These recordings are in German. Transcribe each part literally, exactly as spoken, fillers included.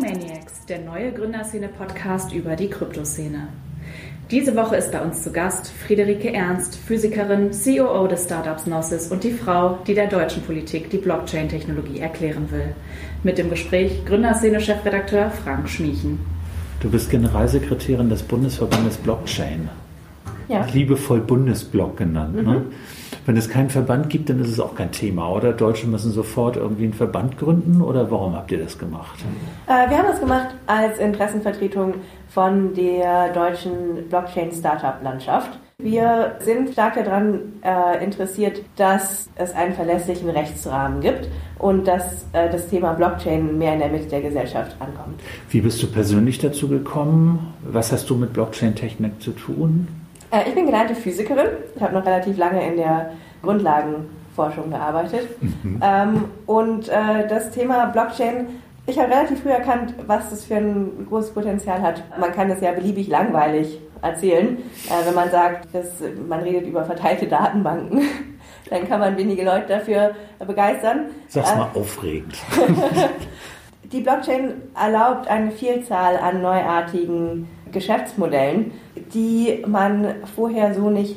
Cryptomaniacs, der neue Gründerszene-Podcast über die Kryptoszene. Diese Woche ist bei uns zu Gast Friederike Ernst, Physikerin, C O O des Startups Gnosis und die Frau, die der deutschen Politik die Blockchain-Technologie erklären will. Mit dem Gespräch Gründerszene-Chefredakteur Frank Schmiechen. Du bist Generalsekretärin des Bundesverbandes Blockchain. Ja. Liebevoll Bundesblock genannt. Mhm. Ne? Wenn es keinen Verband gibt, dann ist es auch kein Thema, oder? Deutsche müssen sofort irgendwie einen Verband gründen, oder warum habt ihr das gemacht? Äh, wir haben das gemacht als Interessenvertretung von der deutschen Blockchain-Startup-Landschaft. Wir sind stark daran äh, interessiert, dass es einen verlässlichen Rechtsrahmen gibt und dass äh, das Thema Blockchain mehr in der Mitte der Gesellschaft ankommt. Wie bist du persönlich dazu gekommen? Was hast du mit Blockchain-Technik zu tun? Äh, ich bin gelernte Physikerin. Ich habe noch relativ lange in der Grundlagenforschung gearbeitet. Mhm. Ähm, und äh, das Thema Blockchain, ich habe relativ früh erkannt, was das für ein großes Potenzial hat. Man kann es ja beliebig langweilig erzählen. Äh, wenn man sagt, dass man redet über verteilte Datenbanken, dann kann man wenige Leute dafür begeistern. Sag's äh, mal aufregend. Die Blockchain erlaubt eine Vielzahl an neuartigen Geschäftsmodellen, die man vorher so nicht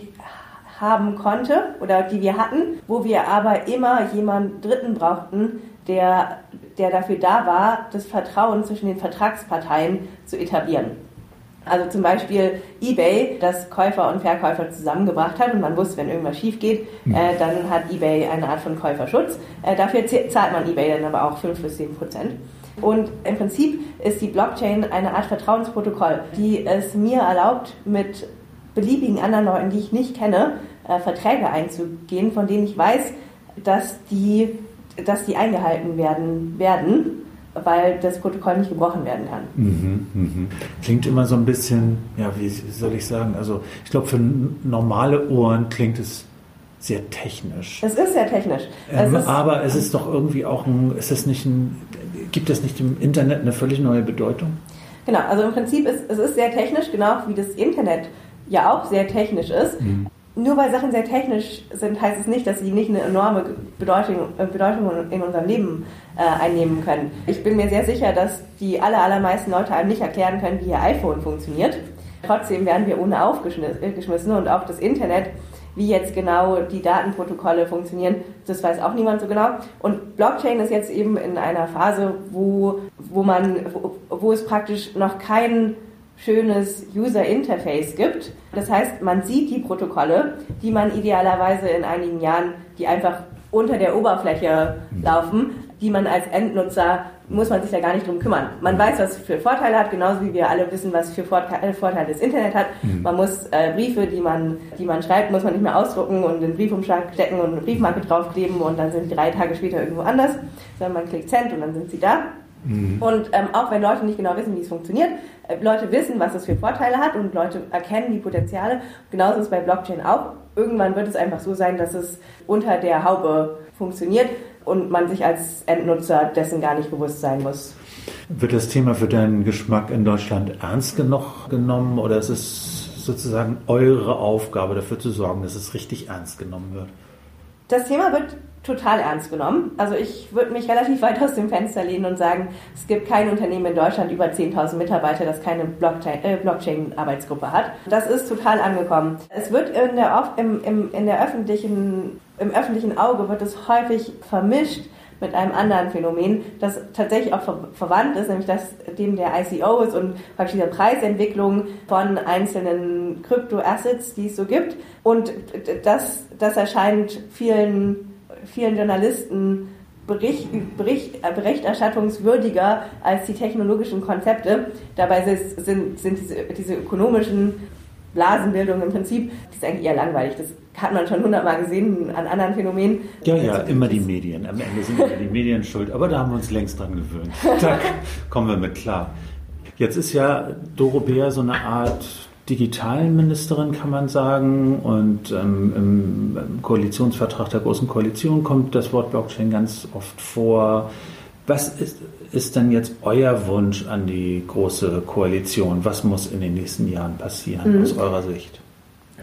haben konnte oder die wir hatten, wo wir aber immer jemanden Dritten brauchten, der, der dafür da war, das Vertrauen zwischen den Vertragsparteien zu etablieren. Also zum Beispiel eBay, das Käufer und Verkäufer zusammengebracht hat und man wusste, wenn irgendwas schief geht, äh, dann hat eBay eine Art von Käuferschutz. Äh, dafür zahlt man eBay dann aber auch fünf bis zehn Prozent. Und im Prinzip ist die Blockchain eine Art Vertrauensprotokoll, die es mir erlaubt, mit beliebigen anderen Leuten, die ich nicht kenne, äh, Verträge einzugehen, von denen ich weiß, dass die, dass die eingehalten werden werden, weil das Protokoll nicht gebrochen werden kann. Mhm, mhm. Klingt immer so ein bisschen, ja, wie soll ich sagen, also ich glaube, für normale Ohren klingt es sehr technisch. Es ist sehr technisch. Ähm, es ist, aber es ist doch irgendwie auch ein, ist es nicht ein, gibt es nicht im Internet eine völlig neue Bedeutung? Genau, also im Prinzip ist es ist sehr technisch, genau wie das Internet ja auch sehr technisch ist. Mhm. Nur weil Sachen sehr technisch sind, heißt es nicht, dass sie nicht eine enorme Bedeutung, Bedeutung in unserem Leben äh, einnehmen können. Ich bin mir sehr sicher, dass die aller, allermeisten Leute einem nicht erklären können, wie ihr iPhone funktioniert. Trotzdem werden wir ohne aufgeschmissen und auch das Internet, wie jetzt genau die Datenprotokolle funktionieren, das weiß auch niemand so genau. Und Blockchain ist jetzt eben in einer Phase, wo, wo, man, wo, wo es praktisch noch kein schönes User-Interface gibt. Das heißt, man sieht die Protokolle, die man idealerweise in einigen Jahren, die einfach unter der Oberfläche laufen, die man als Endnutzer, muss man sich da gar nicht drum kümmern. Man weiß, was es für Vorteile hat, genauso wie wir alle wissen, was für Vorteile das Internet hat. Mhm. Man muss äh, Briefe, die man, die man schreibt, muss man nicht mehr ausdrucken und in den Briefumschlag stecken und eine Briefmarke draufkleben und dann sind die drei Tage später irgendwo anders, sondern man klickt Send und dann sind sie da. Mhm. Und ähm, auch wenn Leute nicht genau wissen, wie es funktioniert, äh, Leute wissen, was es für Vorteile hat und Leute erkennen die Potenziale. Genauso ist es bei Blockchain auch. Irgendwann wird es einfach so sein, dass es unter der Haube funktioniert und man sich als Endnutzer dessen gar nicht bewusst sein muss. Wird das Thema für deinen Geschmack in Deutschland ernst genug genommen oder ist es sozusagen eure Aufgabe, dafür zu sorgen, dass es richtig ernst genommen wird? Das Thema wird total ernst genommen. Also ich würde mich relativ weit aus dem Fenster lehnen und sagen, es gibt kein Unternehmen in Deutschland über zehntausend Mitarbeiter, das keine Blockchain, äh, Blockchain-Arbeitsgruppe hat. Das ist total angekommen. Es wird in der, im, im, in der öffentlichen, im öffentlichen Auge wird es häufig vermischt mit einem anderen Phänomen, das tatsächlich auch ver- verwandt ist, nämlich das dem der I C Os und praktisch dieser Preisentwicklung von einzelnen Krypto-Assets, die es so gibt. Und das, das erscheint vielen vielen Journalisten Bericht, Bericht, berichterstattungswürdiger als die technologischen Konzepte. Dabei sind, sind, sind diese, diese ökonomischen Blasenbildungen im Prinzip, die ist eigentlich eher langweilig. Das hat man schon hundertmal gesehen an anderen Phänomenen. Ja, ja, immer die Medien. Am Ende sind immer die Medien schuld. Aber da haben wir uns längst dran gewöhnt. Da kommen wir mit klar. Jetzt ist ja Doro Bär so eine Art Digitalministerin, kann man sagen, und ähm, im, im Koalitionsvertrag der Großen Koalition kommt das Wort Blockchain ganz oft vor. Was ist, ist denn jetzt euer Wunsch an die Große Koalition? Was muss in den nächsten Jahren passieren, mhm. aus eurer Sicht?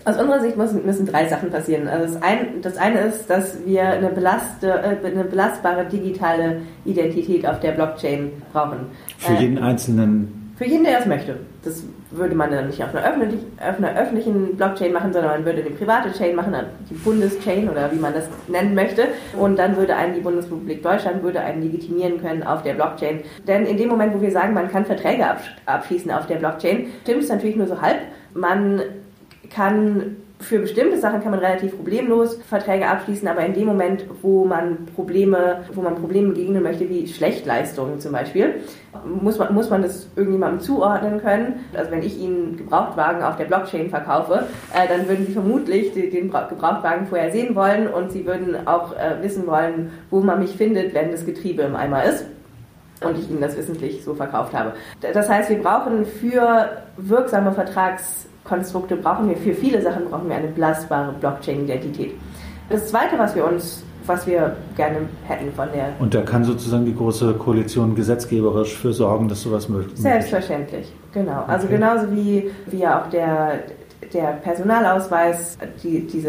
Aus unserer Sicht müssen, müssen drei Sachen passieren. Also das, ein, das eine ist, dass wir eine, belaste, äh, eine belastbare digitale Identität auf der Blockchain brauchen. Für jeden äh, einzelnen... Für jeden, der das möchte. Das würde man dann nicht auf einer, öffentlich, auf einer öffentlichen Blockchain machen, sondern man würde eine private Chain machen, die Bundeschain oder wie man das nennen möchte. Und dann würde einen die Bundesrepublik Deutschland würde einen legitimieren können auf der Blockchain. Denn in dem Moment, wo wir sagen, man kann Verträge abschließen auf der Blockchain, stimmt es natürlich nur so halb. Man kann für bestimmte Sachen kann man relativ problemlos Verträge abschließen, aber in dem Moment, wo man Probleme, wo man Probleme begegnen möchte, wie Schlechtleistungen zum Beispiel, muss man, muss man das irgendjemandem zuordnen können. Also wenn ich Ihnen Gebrauchtwagen auf der Blockchain verkaufe, äh, dann würden Sie vermutlich den, den Gebrauchtwagen vorher sehen wollen und Sie würden auch äh, wissen wollen, wo man mich findet, wenn das Getriebe im Eimer ist. Und ich Ihnen das wissentlich so verkauft habe. Das heißt, wir brauchen für wirksame Vertragskonstrukte, brauchen wir für viele Sachen brauchen wir eine belastbare Blockchain-Identität. Das Zweite, was wir uns, was wir gerne hätten von der... Und da kann sozusagen die Große Koalition gesetzgeberisch für sorgen, dass sowas möglich ist? Selbstverständlich, genau. Also okay. Genauso wie, wie ja auch der, der Personalausweis die, diese,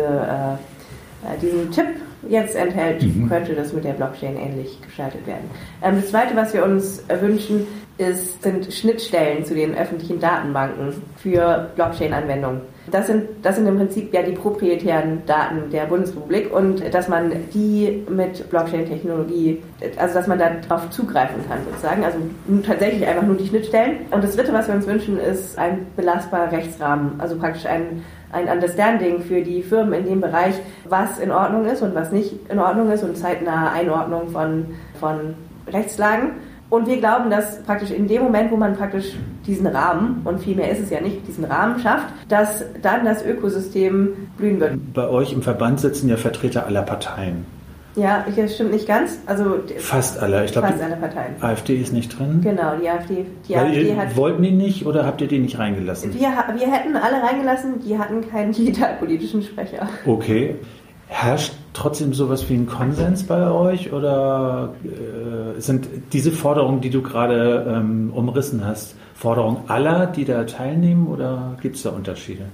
äh, diesen Chip jetzt enthält, mhm. könnte das mit der Blockchain ähnlich gestaltet werden. Ähm, das Zweite, was wir uns wünschen, ist, sind Schnittstellen zu den öffentlichen Datenbanken für Blockchain-Anwendungen. Das sind, das sind im Prinzip ja die proprietären Daten der Bundesrepublik und dass man die mit Blockchain-Technologie, also dass man da drauf zugreifen kann sozusagen, also tatsächlich einfach nur die Schnittstellen. Und das Dritte, was wir uns wünschen, ist ein belastbarer Rechtsrahmen, also praktisch ein ein Understanding für die Firmen in dem Bereich, was in Ordnung ist und was nicht in Ordnung ist und zeitnahe Einordnung von, von Rechtslagen. Und wir glauben, dass praktisch in dem Moment, wo man praktisch diesen Rahmen, und viel mehr ist es ja nicht, diesen Rahmen schafft, dass dann das Ökosystem blühen wird. Bei euch im Verband sitzen ja Vertreter aller Parteien. Ja, das stimmt nicht ganz. Also fast alle. Ich glaube, fast alle Parteien. AfD ist nicht drin. Genau, die AfD. Die Weil AfD ihr hat, wollten die nicht oder habt ihr die nicht reingelassen? Wir, wir hätten alle reingelassen, die hatten keinen digitalpolitischen Sprecher. Okay. Herrscht trotzdem sowas wie ein Konsens bei euch oder äh, sind diese Forderungen, die du gerade ähm, umrissen hast, Forderungen aller, die da teilnehmen oder gibt es da Unterschiede?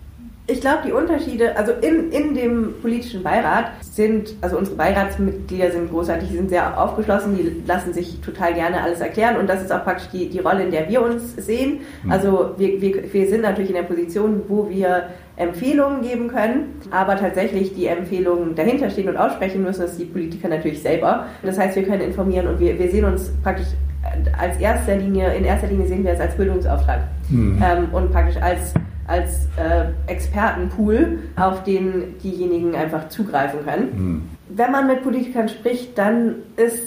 Ich glaube, die Unterschiede, also in, in dem politischen Beirat sind, also unsere Beiratsmitglieder sind großartig, die sind sehr aufgeschlossen, die lassen sich total gerne alles erklären und das ist auch praktisch die, die Rolle, in der wir uns sehen. Also wir, wir, wir sind natürlich in der Position, wo wir Empfehlungen geben können, aber tatsächlich die Empfehlungen dahinter stehen und aussprechen müssen, das ist die Politiker natürlich selber. Das heißt, wir können informieren und wir, wir sehen uns praktisch als erster Linie, in erster Linie sehen wir es als Bildungsauftrag mhm. ähm, und praktisch als als äh, Expertenpool, auf den diejenigen einfach zugreifen können. Mhm. Wenn man mit Politikern spricht, dann ist,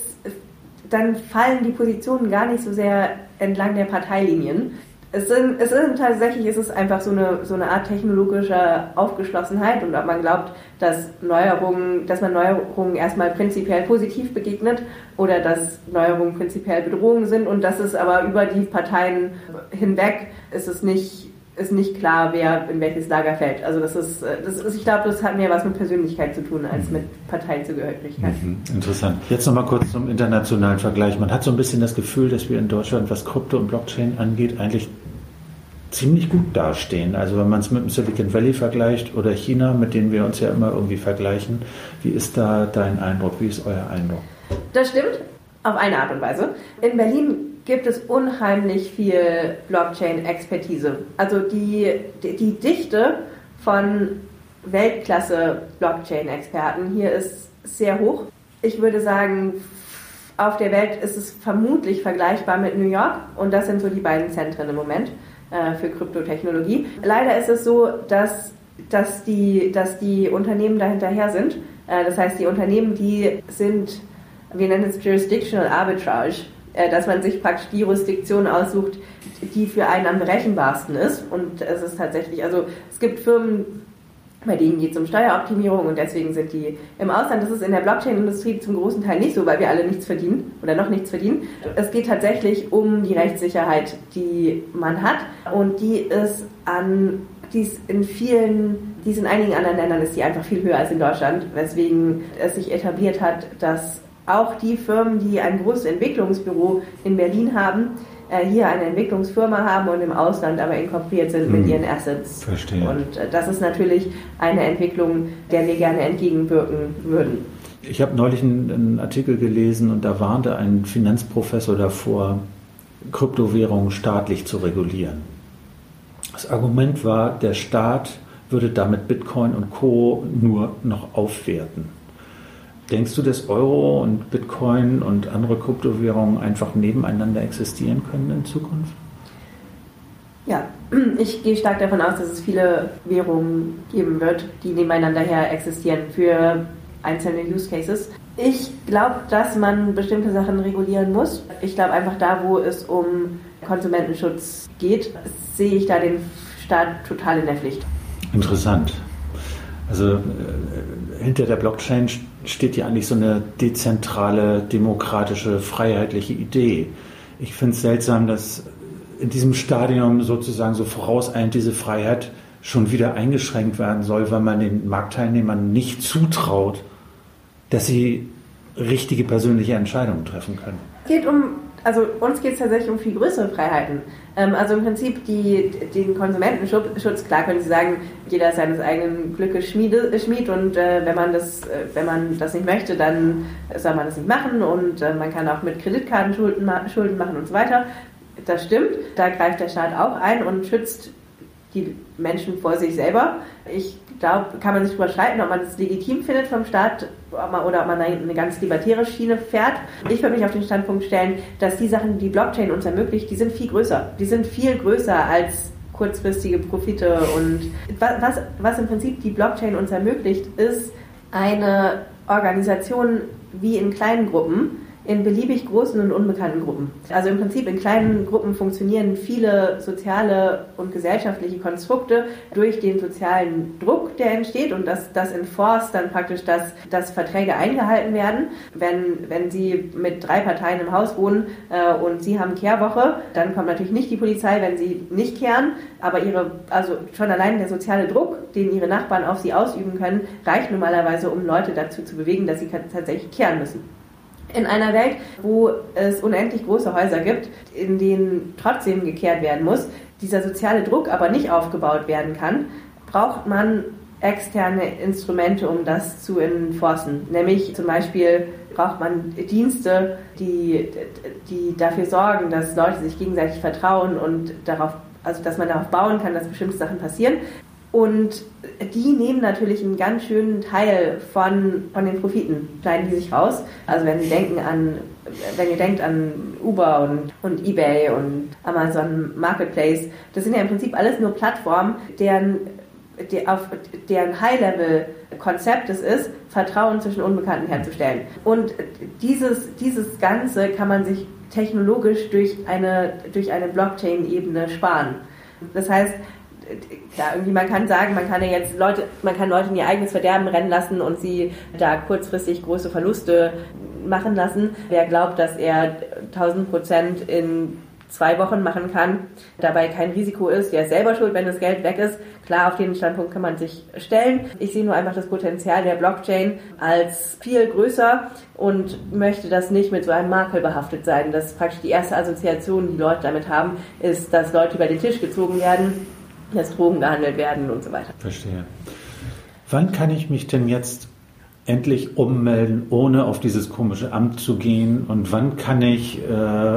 dann fallen die Positionen gar nicht so sehr entlang der Parteilinien. Es sind, es sind tatsächlich, es ist einfach so eine, so eine Art technologische Aufgeschlossenheit und ob man glaubt, dass Neuerungen, dass man Neuerungen erstmal prinzipiell positiv begegnet oder dass Neuerungen prinzipiell Bedrohungen sind und dass es aber über die Parteien hinweg ist es nicht ist nicht klar, wer in welches Lager fällt. Also das ist, das ist ich glaube, das hat mehr was mit Persönlichkeit zu tun, als mit Parteizugehörigkeit. Mhm, interessant. Jetzt nochmal kurz zum internationalen Vergleich. Man hat so ein bisschen das Gefühl, dass wir in Deutschland, was Krypto und Blockchain angeht, eigentlich ziemlich gut dastehen. Also wenn man es mit dem Silicon Valley vergleicht oder China, mit denen wir uns ja immer irgendwie vergleichen, wie ist da dein Eindruck? Wie ist euer Eindruck? Das stimmt, auf eine Art und Weise. In Berlin gibt es unheimlich viel Blockchain-Expertise. Also die, die, die Dichte von Weltklasse-Blockchain-Experten hier ist sehr hoch. Ich würde sagen, auf der Welt ist es vermutlich vergleichbar mit New York und das sind so die beiden Zentren im Moment äh, für Kryptotechnologie. Leider ist es so, dass, dass, die, dass die Unternehmen da hinterher sind. Äh, das heißt, die Unternehmen, die sind, wir nennen es Jurisdictional Arbitrage, dass man sich praktisch die Jurisdiktion aussucht, die für einen am berechenbarsten ist. Und es ist tatsächlich, also es gibt Firmen, bei denen geht es um Steueroptimierung und deswegen sind die im Ausland. Das ist in der Blockchain-Industrie zum großen Teil nicht so, weil wir alle nichts verdienen oder noch nichts verdienen. Es geht tatsächlich um die Rechtssicherheit, die man hat und die ist an, die ist in vielen, die ist in einigen anderen Ländern ist die einfach viel höher als in Deutschland, weswegen es sich etabliert hat, dass auch die Firmen, die ein großes Entwicklungsbüro in Berlin haben, äh, hier eine Entwicklungsfirma haben und im Ausland aber inkorporiert sind hm. mit ihren Assets. Verstehe. Und äh, das ist natürlich eine Entwicklung, der wir gerne entgegenwirken würden. Ich habe neulich einen, einen Artikel gelesen und da warnte ein Finanzprofessor davor, Kryptowährungen staatlich zu regulieren. Das Argument war, der Staat würde damit Bitcoin und Co. nur noch aufwerten. Denkst du, dass Euro und Bitcoin und andere Kryptowährungen einfach nebeneinander existieren können in Zukunft? Ja, ich gehe stark davon aus, dass es viele Währungen geben wird, die nebeneinander her existieren für einzelne Use Cases. Ich glaube, dass man bestimmte Sachen regulieren muss. Ich glaube einfach da, wo es um Konsumentenschutz geht, sehe ich da den Staat total in der Pflicht. Interessant. Also äh, hinter der Blockchain steht ja eigentlich so eine dezentrale, demokratische, freiheitliche Idee. Ich finde es seltsam, dass in diesem Stadium sozusagen so vorauseilend diese Freiheit schon wieder eingeschränkt werden soll, weil man den Marktteilnehmern nicht zutraut, dass sie richtige persönliche Entscheidungen treffen können. Es geht um, also uns geht es tatsächlich um viel größere Freiheiten. Ähm, also im Prinzip die, den Konsumentenschutz, klar können Sie sagen, jeder seines eigenen Glückes Schmiede, Schmied und äh, wenn man das, äh, wenn man das nicht möchte, dann soll man das nicht machen und äh, man kann auch mit Kreditkarten Schulden, Schulden machen und so weiter. Das stimmt, da greift der Staat auch ein und schützt die Menschen vor sich selber. Ich glaube, kann man sich darüber streiten, ob man es legitim findet vom Staat ob man, oder ob man eine ganz libertäre Schiene fährt. Ich würde mich auf den Standpunkt stellen, dass die Sachen, die Blockchain uns ermöglicht, die sind viel größer. Die sind viel größer als kurzfristige Profite. Und was, was im Prinzip die Blockchain uns ermöglicht, ist eine Organisation wie in kleinen Gruppen, in beliebig großen und unbekannten Gruppen. Also im Prinzip in kleinen Gruppen funktionieren viele soziale und gesellschaftliche Konstrukte durch den sozialen Druck, der entsteht und das, das enforced dann praktisch, dass, dass Verträge eingehalten werden. Wenn, wenn Sie mit drei Parteien im Haus wohnen äh, und Sie haben Kehrwoche, dann kommt natürlich nicht die Polizei, wenn Sie nicht kehren, aber Ihre, also schon allein der soziale Druck, den Ihre Nachbarn auf Sie ausüben können, reicht normalerweise, um Leute dazu zu bewegen, dass sie tatsächlich kehren müssen. In einer Welt, wo es unendlich große Häuser gibt, in denen trotzdem gekehrt werden muss, dieser soziale Druck aber nicht aufgebaut werden kann, braucht man externe Instrumente, um das zu enforcen. Nämlich zum Beispiel braucht man Dienste, die, die dafür sorgen, dass Leute sich gegenseitig vertrauen und darauf, also dass man darauf bauen kann, dass bestimmte Sachen passieren. Und die nehmen natürlich einen ganz schönen Teil von, von den Profiten, schneiden die sich raus. Also wenn Sie denken an, wenn ihr denkt an Uber und, und eBay und Amazon Marketplace, das sind ja im Prinzip alles nur Plattformen, deren, der, auf, deren High-Level-Konzept es ist, Vertrauen zwischen Unbekannten herzustellen. Und dieses, dieses Ganze kann man sich technologisch durch eine, durch eine Blockchain-Ebene sparen. Das heißt, ja, irgendwie man kann sagen, man kann ja jetzt Leute, man kann Leute in ihr eigenes Verderben rennen lassen und sie da kurzfristig große Verluste machen lassen. Wer glaubt, dass er tausend Prozent in zwei Wochen machen kann, dabei kein Risiko ist, der ist selber schuld, wenn das Geld weg ist. Klar, auf den Standpunkt kann man sich stellen. Ich sehe nur einfach das Potenzial der Blockchain als viel größer und möchte das nicht mit so einem Makel behaftet sein. Das ist praktisch die erste Assoziation, die Leute damit haben, ist, dass Leute über den Tisch gezogen werden, dass Drogen gehandelt werden und so weiter. Verstehe. Wann kann ich mich denn jetzt endlich ummelden, ohne auf dieses komische Amt zu gehen? Und wann kann ich äh,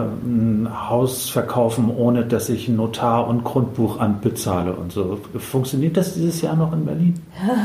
ein Haus verkaufen, ohne dass ich Notar und Grundbuchamt bezahle und so? Funktioniert das dieses Jahr noch in Berlin?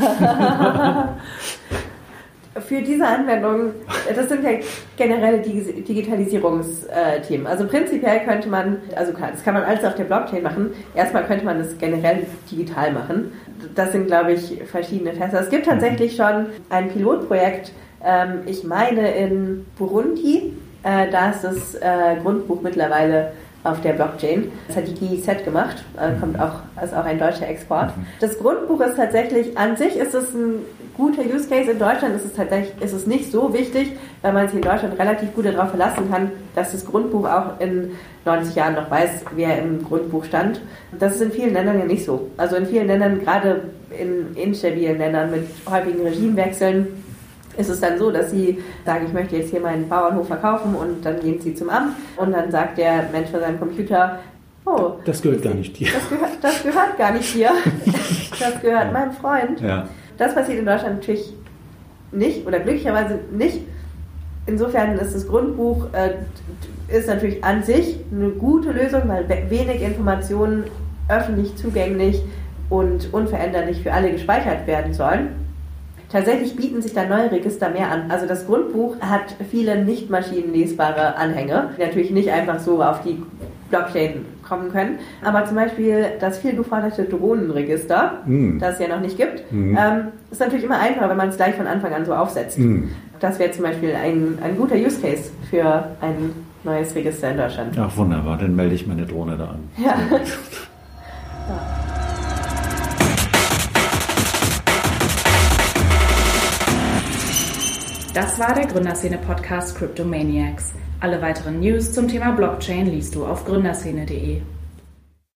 Für diese Anwendung, das sind ja generelle Digitalisierungsthemen. Also prinzipiell könnte man, also klar, das kann man alles auf der Blockchain machen. Erstmal könnte man das generell digital machen. Das sind, glaube ich, verschiedene Fässer. Es gibt tatsächlich schon ein Pilotprojekt, ähm, ich meine in Burundi, äh, da ist das äh, Grundbuch mittlerweile auf der Blockchain. Das hat die G I Z gemacht, äh, kommt auch, ist auch ein deutscher Export. Das Grundbuch ist tatsächlich, an sich ist es ein guter Use Case. In Deutschland ist es tatsächlich, ist es nicht so wichtig, weil man sich in Deutschland relativ gut darauf verlassen kann, dass das Grundbuch auch in neunzig Jahren noch weiß, wer im Grundbuch stand. Das ist in vielen Ländern ja nicht so. Also in vielen Ländern, gerade in instabilen Ländern mit häufigen Regimewechseln, ist es dann so, dass sie sagen, ich möchte jetzt hier meinen Bauernhof verkaufen und dann gehen sie zum Amt und dann sagt der Mensch vor seinem Computer, oh, das gehört gar nicht dir. Das gehört, das gehört gar nicht dir. Das gehört ja. meinem Freund. Ja. Das passiert in Deutschland natürlich nicht oder glücklicherweise nicht. Insofern ist das Grundbuch äh, ist natürlich an sich eine gute Lösung, weil wenig Informationen öffentlich zugänglich und unveränderlich für alle gespeichert werden sollen. Tatsächlich bieten sich da neue Register mehr an. Also das Grundbuch hat viele nicht maschinenlesbare Anhänge, die natürlich nicht einfach so auf die Blockchain kommen können. Aber zum Beispiel das viel geforderte Drohnenregister, mm. das es ja noch nicht gibt, mm. ähm, ist natürlich immer einfacher, wenn man es gleich von Anfang an so aufsetzt. Mm. Das wäre zum Beispiel ein, ein guter Use Case für ein neues Register in Deutschland. Ach wunderbar, dann melde ich meine Drohne da an. Ja. Ja. Das war der Gründerszene-Podcast Cryptomaniacs. Alle weiteren News zum Thema Blockchain liest du auf gründerszene punkt de.